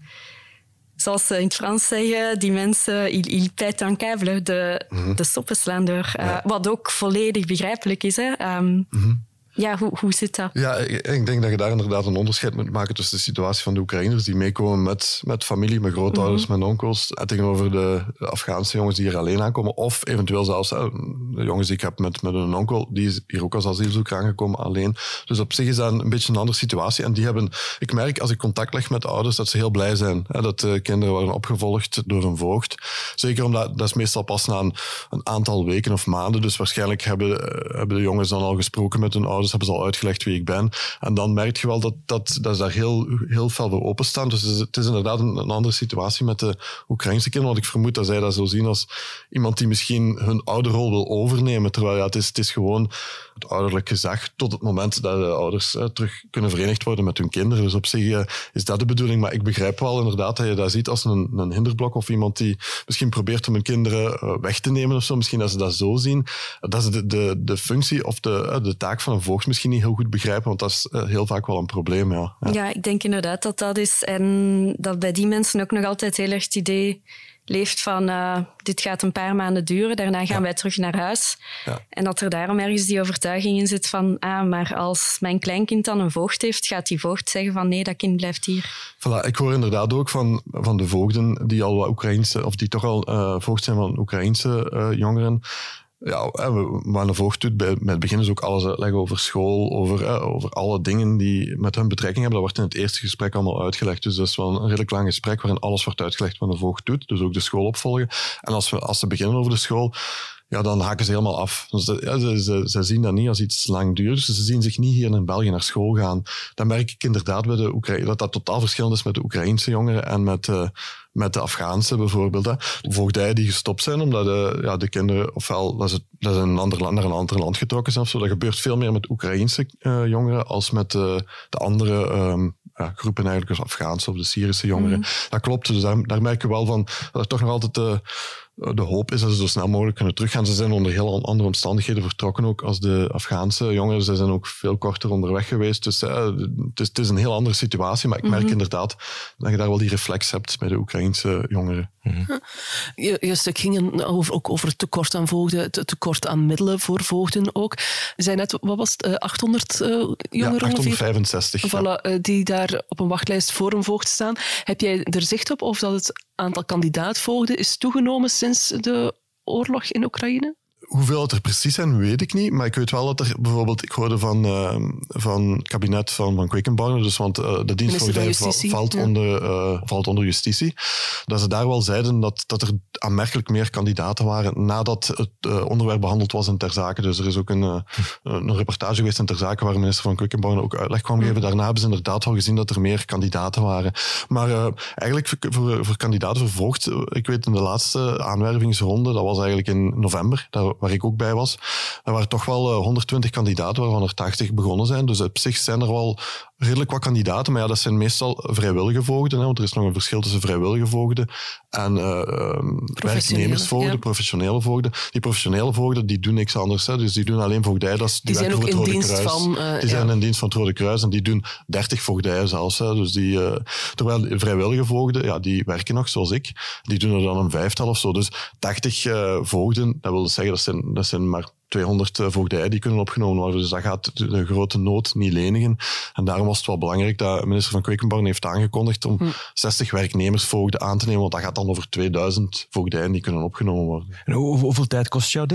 zoals ze in het Frans zeggen, die mensen, il, il pète un câble, de, mm-hmm. de stoppen slaan door. Uh, ja. Wat ook volledig begrijpelijk is. Hè. Um, mm-hmm. Ja, hoe, hoe zit dat? Ja, ik, ik denk dat je daar inderdaad een onderscheid moet maken tussen de situatie van de Oekraïners die meekomen met, met familie, met grootouders, mm-hmm. met onkels, en tegenover de Afghaanse jongens die hier alleen aankomen, of eventueel zelfs de jongens die ik heb met, met een onkel, die is hier ook als asielzoeker aangekomen alleen. Dus op zich is dat een beetje een andere situatie. En die hebben, ik merk als ik contact leg met de ouders, dat ze heel blij zijn hè, dat de kinderen worden opgevolgd door een voogd. Zeker omdat, dat is meestal pas na een, een aantal weken of maanden, dus waarschijnlijk hebben, hebben de jongens dan al gesproken met hun ouders, hebben ze al uitgelegd wie ik ben. En dan merk je wel dat, dat, dat ze daar heel, heel fel voor openstaan. Dus het is, het is inderdaad een, een andere situatie met de Oekraïnse kinderen, want ik vermoed dat zij dat zo zien als iemand die misschien hun ouderrol wil overnemen, terwijl ja, het, is, het is gewoon het ouderlijk gezag tot het moment dat de ouders eh, terug kunnen verenigd worden met hun kinderen. Dus op zich eh, is dat de bedoeling. Maar ik begrijp wel inderdaad dat je dat ziet als een, een hinderblok of iemand die misschien probeert om hun kinderen uh, weg te nemen of zo. Misschien dat ze dat zo zien. Dat is de, de, de functie of de, uh, de taak van een voogd misschien niet heel goed begrijpen, want dat is uh, heel vaak wel een probleem. Ja. Ja. ja, ik denk inderdaad dat dat is. En dat bij die mensen ook nog altijd heel erg het idee leeft van uh, dit gaat een paar maanden duren, daarna gaan ja. wij terug naar huis. Ja. En dat er daarom ergens die overtuiging in zit van ah, maar als mijn kleinkind dan een voogd heeft, gaat die voogd zeggen van nee, dat kind blijft hier. Voilà, ik hoor inderdaad ook van, van de voogden die al wat Oekraïnse, of die toch al uh, voogd zijn van Oekraïnse uh, jongeren. Ja, wat een voogd doet, bij, bij het begin is ook alles uitleggen over school, over, eh, over alle dingen die met hun betrekking hebben. Dat wordt in het eerste gesprek allemaal uitgelegd. Dus dat is wel een redelijk lang gesprek waarin alles wordt uitgelegd wat een voogd doet. Dus ook de school opvolgen. En als, we, als ze beginnen over de school, ja, dan haken ze helemaal af. Dus de, ja, ze, ze, ze zien dat niet als iets lang duurt. Dus ze zien zich niet hier in België naar school gaan. Dan merk ik inderdaad bij de Oekraïne, dat dat totaal verschillend is met de Oekraïnse jongeren en met, uh, met de Afghaanse bijvoorbeeld. Hè. Voogdijen die gestopt zijn omdat de, ja, de kinderen ofwel dat ze, dat ze een ander land, naar een ander land getrokken zijn. Of zo. Dat gebeurt veel meer met Oekraïnse uh, jongeren als met uh, de andere um, ja, groepen, eigenlijk de Afghaanse of de Syrische jongeren. Mm. Dat klopt. Dus daar, daar merk je wel van dat er toch nog altijd Uh, de hoop is dat ze zo snel mogelijk kunnen teruggaan. Ze zijn onder heel andere omstandigheden vertrokken ook als de Afghaanse jongeren. Ze zijn ook veel korter onderweg geweest. Dus uh, het, is, het is een heel andere situatie. Maar ik merk mm-hmm. inderdaad dat je daar wel die reflex hebt bij de Oekraïnse jongeren. Mm-hmm. Je, je stuk ging over, ook over tekort aan voogden, tekort aan middelen voor voogden ook. Er zijn net, wat was het, achthonderd uh, jongeren ja, achthonderdvijfenzestig. Ongeveer? Voilà, ja. Die daar op een wachtlijst voor een voogd staan. Heb jij er zicht op of dat het aantal kandidaatvoogden is toegenomen sinds de oorlog in Oekraïne? Hoeveel het er precies zijn, weet ik niet. Maar ik weet wel dat er bijvoorbeeld... Ik hoorde van, uh, van het kabinet van, van Quickenborne, dus want uh, de dienstvoogdij valt, ja. onder, uh, valt onder justitie, dat ze daar wel zeiden dat, dat er aanmerkelijk meer kandidaten waren nadat het uh, onderwerp behandeld was in Ter Zake. Dus er is ook een, uh, een reportage geweest in Ter Zake waar minister van Quickenborne ook uitleg kwam geven. Daarna hebben ze inderdaad al gezien dat er meer kandidaten waren. Maar uh, eigenlijk voor, voor, voor kandidaten voor voogd, ik weet in de laatste aanwervingsronde, dat was eigenlijk in november, daar waar ik ook bij was, er waren toch wel uh, honderdtwintig kandidaten, waarvan er tachtig begonnen zijn. Dus op zich zijn er wel redelijk wat kandidaten, maar ja, dat zijn meestal vrijwillige voogden, hè, want er is nog een verschil tussen vrijwillige voogden en uh, werknemersvoogden, ja. professionele voogden. Die professionele voogden, die doen niks anders, hè, dus die doen alleen voogdij. Dat is, die, die zijn ook in dienst Kruis. van... Uh, die zijn ja. in dienst van het Rode Kruis en die doen dertig voogdijen zelfs. Hè, dus die, uh, terwijl vrijwillige voogden, ja, die werken nog zoals ik, die doen er dan een vijftal of zo. Dus tachtig uh, voogden, dat wil zeggen, dat zijn, dat zijn maar tweehonderd voogdijen die kunnen opgenomen worden. Dus dat gaat de grote nood niet lenigen. En daarom was het wel belangrijk dat minister van Quickenborne heeft aangekondigd om hm. zestig werknemersvoogden aan te nemen, want dat gaat dan over tweeduizend voogdijen die kunnen opgenomen worden. En hoe, hoeveel tijd kost jou dit?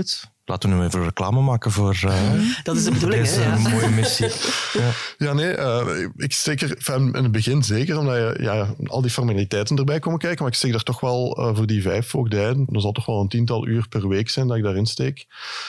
Laten we nu even reclame maken voor uh, dat is de bedoeling, deze hè, ja. mooie missie. Ja, ja nee, uh, ik zeker, in het begin zeker, omdat je, ja, al die formaliteiten erbij komen kijken, maar ik steek daar toch wel uh, voor die vijf voogdijen, er zal toch wel een tiental uur per week zijn dat ik daarin steek.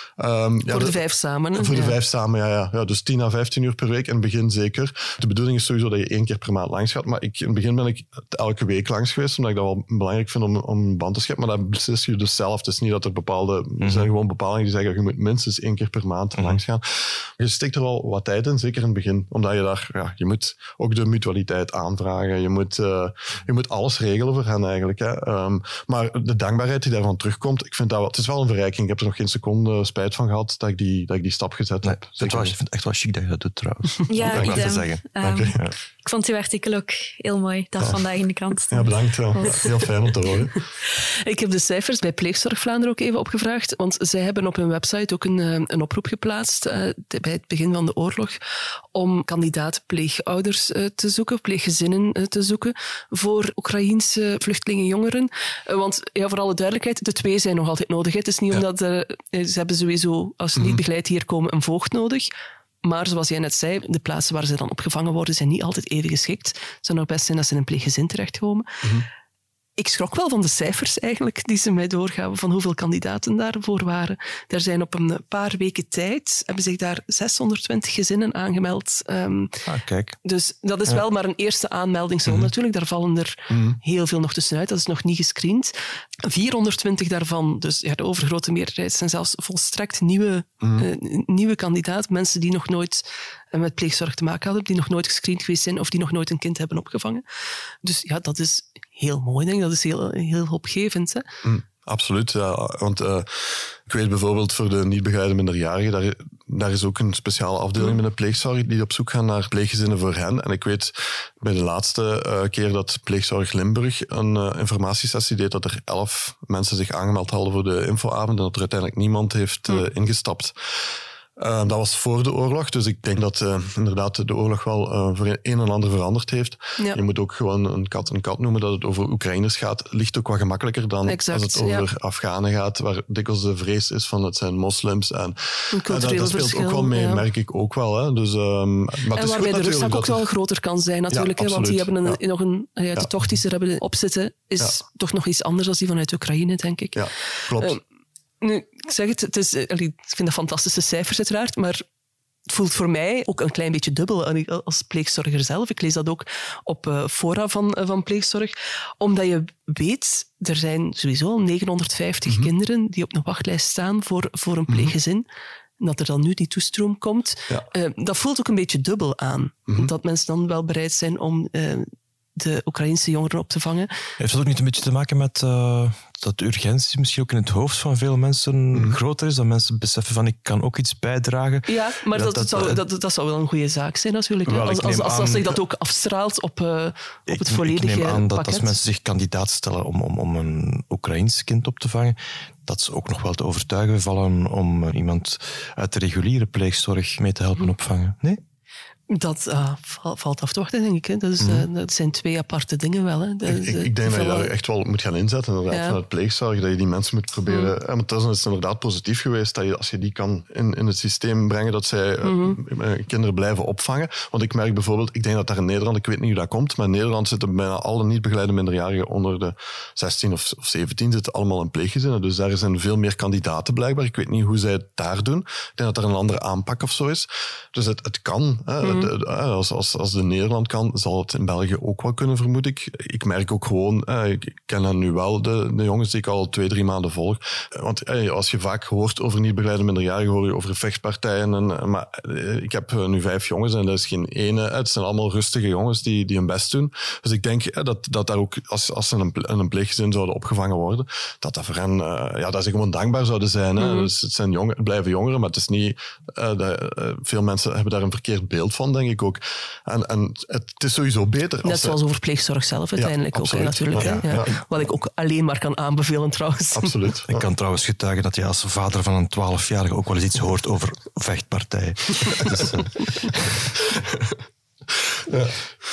Um, ja, voor de, de vijf samen. Hè? Voor de ja. vijf samen, ja, ja, ja. Dus tien à vijftien uur per week in het begin zeker. De bedoeling is sowieso dat je één keer per maand langs gaat, maar ik, in het begin ben ik elke week langs geweest, omdat ik dat wel belangrijk vind om, om een band te scheppen, maar dat beslis je dus zelf. Het is niet dat er bepaalde, mm-hmm. er zijn gewoon bepalingen die zeggen, je moet minstens één keer per maand mm-hmm. langs gaan. Je steekt er wel wat tijd in, zeker in het begin, omdat je daar, ja, je moet ook de mutualiteit aanvragen, je moet, uh, je moet alles regelen voor hen eigenlijk. Hè. Um, maar de dankbaarheid die daarvan terugkomt, ik vind dat wel, het is wel een verrijking. Ik heb er nog geen seconde spijt van gehad dat ik die, dat ik die stap gezet nee, heb. Ik vind het echt wel chic dat je dat doet trouwens. Ja, ik ik, zeggen. Um, okay. ja. Ik vond uw artikel ook heel mooi, dat ja. vandaag in de krant stond. Ja, bedankt. Ja. Heel fijn om te horen. Ik heb de cijfers bij Pleegzorg Vlaanderen ook even opgevraagd, want zij hebben op hun website ook een, een oproep geplaatst uh, bij het begin van de oorlog om kandidaat pleegouders uh, te zoeken, pleeggezinnen uh, te zoeken voor Oekraïense vluchtelingenjongeren. Uh, want ja, voor alle duidelijkheid, de twee zijn nog altijd nodig. Hè. Het is niet ja. omdat uh, ze hebben sowieso, als ze niet mm-hmm. begeleid hier komen, een voogd nodig. Maar zoals jij net zei, de plaatsen waar ze dan opgevangen worden zijn niet altijd even geschikt. Het zou nog best zijn dat ze in een pleeggezin terechtkomen. Mm-hmm. Ik schrok wel van de cijfers eigenlijk die ze mij doorgaven van hoeveel kandidaten daarvoor waren. Er zijn op een paar weken tijd, hebben zich daar zeshonderdtwintig gezinnen aangemeld. Um, ah, kijk. Dus dat is ja. wel maar een eerste aanmeldingsronde mm-hmm. natuurlijk. Daar vallen er mm-hmm. heel veel nog tussenuit. Dat is nog niet gescreend. vierhonderdtwintig daarvan, dus ja, de overgrote meerderheid, zijn zelfs volstrekt nieuwe, mm-hmm. uh, nieuwe kandidaten. Mensen die nog nooit uh, met pleegzorg te maken hadden, die nog nooit gescreend geweest zijn of die nog nooit een kind hebben opgevangen. Dus ja, dat is heel mooi, denk ik. Dat is heel, heel hoopgevend. Hè? Mm, absoluut, ja. Want uh, ik weet bijvoorbeeld voor de niet begeleide minderjarigen, daar, daar is ook een speciale afdeling binnen pleegzorg die op zoek gaan naar pleeggezinnen voor hen. En ik weet bij de laatste uh, keer dat Pleegzorg Limburg een uh, informatiesessie deed, dat er elf mensen zich aangemeld hadden voor de infoavond en dat er uiteindelijk niemand heeft uh, ingestapt. Uh, dat was voor de oorlog, dus ik denk dat uh, inderdaad de oorlog wel uh, voor een en ander veranderd heeft. Ja. Je moet ook gewoon een kat een kat noemen, dat het over Oekraïners gaat. Ligt ook wat gemakkelijker dan exact, als het over ja. Afghanen gaat, waar dikwijls de vrees is van het zijn moslims. En, en dat, dat speelt ook wel mee, ja. merk ik ook wel. Hè. Dus, um, maar en het is waarbij de rugzak ook wel groter kan zijn natuurlijk, ja, hè, want die hebben een, ja. nog een, ja, de ja. tocht die ze hebben opzitten, is ja. toch nog iets anders dan die vanuit Oekraïne, denk ik. Ja, klopt. Uh, nu, ik zeg het, het is, ik vind dat fantastische cijfers uiteraard, maar het voelt voor mij ook een klein beetje dubbel als pleegzorger zelf. Ik lees dat ook op uh, fora van, uh, van pleegzorg. Omdat je weet, er zijn sowieso al negenhonderdvijftig mm-hmm. kinderen die op een wachtlijst staan voor, voor een pleeggezin. Mm-hmm. En dat er dan nu die toestroom komt. Ja. Uh, dat voelt ook een beetje dubbel aan. Mm-hmm. Dat mensen dan wel bereid zijn om uh, de Oekraïnse jongeren op te vangen. Heeft dat ook niet een beetje te maken met uh, dat de urgentie misschien ook in het hoofd van veel mensen mm. groter is? Dat mensen beseffen van, ik kan ook iets bijdragen. Ja, maar dat, dat, dat, zou, dat, dat zou wel een goede zaak zijn natuurlijk. Wel, als, als, als, als zich dat ook afstraalt op, uh, op het volledige pakket. Ik neem aan dat pakket. als mensen zich kandidaat stellen om, om, om een Oekraïns kind op te vangen, dat ze ook nog wel te overtuigen vallen om uh, iemand uit de reguliere pleegzorg mee te helpen opvangen. Nee? Dat uh, valt af te wachten, denk ik. Hè. Dat, is, uh, dat zijn twee aparte dingen wel. Hè. De, ik, ik, ik denk dat je daar echt wel moet gaan inzetten. Inderdaad, ja. Vanuit pleegzorg, dat je die mensen moet proberen... Mm. Ja, maar het is inderdaad positief geweest dat je, als je die kan in, in het systeem brengen, dat zij mm-hmm. uh, kinderen blijven opvangen. Want ik merk bijvoorbeeld, ik denk dat daar in Nederland, ik weet niet hoe dat komt, maar in Nederland zitten bijna alle niet begeleide minderjarigen onder de zestien of, of zeventien zitten allemaal in pleeggezinnen. Dus daar zijn veel meer kandidaten blijkbaar. Ik weet niet hoe zij het daar doen. Ik denk dat er een andere aanpak of zo is. Dus het, het kan... Hè. Mm. De, de, als, als, als de Nederland kan, zal het in België ook wel kunnen, vermoed ik. Ik merk ook gewoon, eh, ik ken dan nu wel de, de jongens die ik al twee, drie maanden volg. Want eh, als je vaak hoort over niet begeleide minderjarigen, hoor je over vechtpartijen. En, maar eh, ik heb nu vijf jongens en dat is geen ene. Het zijn allemaal rustige jongens die, die hun best doen. Dus ik denk eh, dat, dat daar ook, als, als ze in een, in een pleeggezin zouden opgevangen worden, dat dat voor hen, uh, ja, dat ze gewoon dankbaar zouden zijn. Hè. Mm-hmm. Dus het zijn jong, het blijven jongeren, maar het is niet, uh, dat, uh, veel mensen hebben daar een verkeerd beeld van, denk ik ook. En, en het is sowieso beter. Net zoals over pleegzorg zelf uiteindelijk ja, ook, hè, natuurlijk. Ja, ja. Ja. Wat ik ook alleen maar kan aanbevelen trouwens. Absoluut. Ik kan trouwens getuigen dat je als vader van een twaalfjarige ook wel eens iets hoort over vechtpartijen. dus, uh... ja.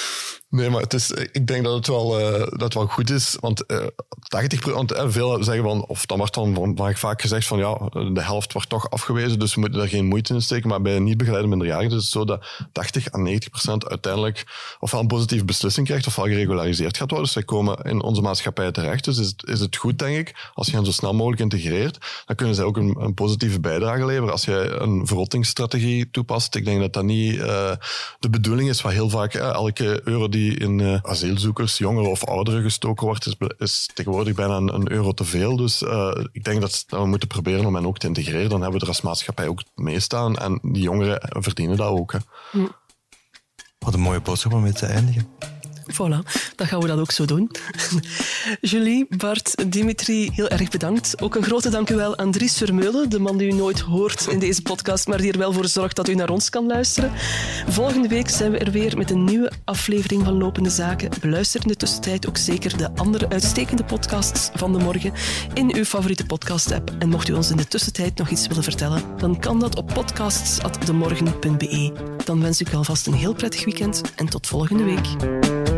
Nee, maar het is, ik denk dat het wel, uh, dat het wel goed is. Want uh, tachtig procent, uh, veel zeggen van, of dan wordt dan vaak, vaak gezegd van ja, de helft wordt toch afgewezen, dus we moeten daar geen moeite in steken. Maar bij niet begeleide minderjarigen is het zo dat tachtig à negentig procent uiteindelijk ofwel een positieve beslissing krijgt, ofwel geregulariseerd gaat worden. Dus zij komen in onze maatschappij terecht. Dus is het, is het goed, denk ik, als je hen zo snel mogelijk integreert, dan kunnen zij ook een, een positieve bijdrage leveren. Als je een verrottingsstrategie toepast, ik denk dat dat niet uh, de bedoeling is, wat heel vaak uh, elke euro die in uh, asielzoekers, jongeren of ouderen gestoken wordt, is, is tegenwoordig bijna een, een euro te veel. Dus uh, ik denk dat, dat we moeten proberen om hen ook te integreren. Dan hebben we er als maatschappij ook mee staan. En die jongeren verdienen dat ook. Hè. Hm. Wat een mooie boodschap om mee te eindigen. Voilà, dan gaan we dat ook zo doen. Julie, Bart, Dimitri, heel erg bedankt. Ook een grote dankjewel aan Dries Vermeulen, de man die u nooit hoort in deze podcast, maar die er wel voor zorgt dat u naar ons kan luisteren. Volgende week zijn we er weer met een nieuwe aflevering van Lopende Zaken. Beluister in de tussentijd ook zeker de andere uitstekende podcasts van de morgen in uw favoriete podcast-app. En mocht u ons in de tussentijd nog iets willen vertellen, dan kan dat op podcasts at demorgen punt be. Dan wens ik u alvast een heel prettig weekend en tot volgende week.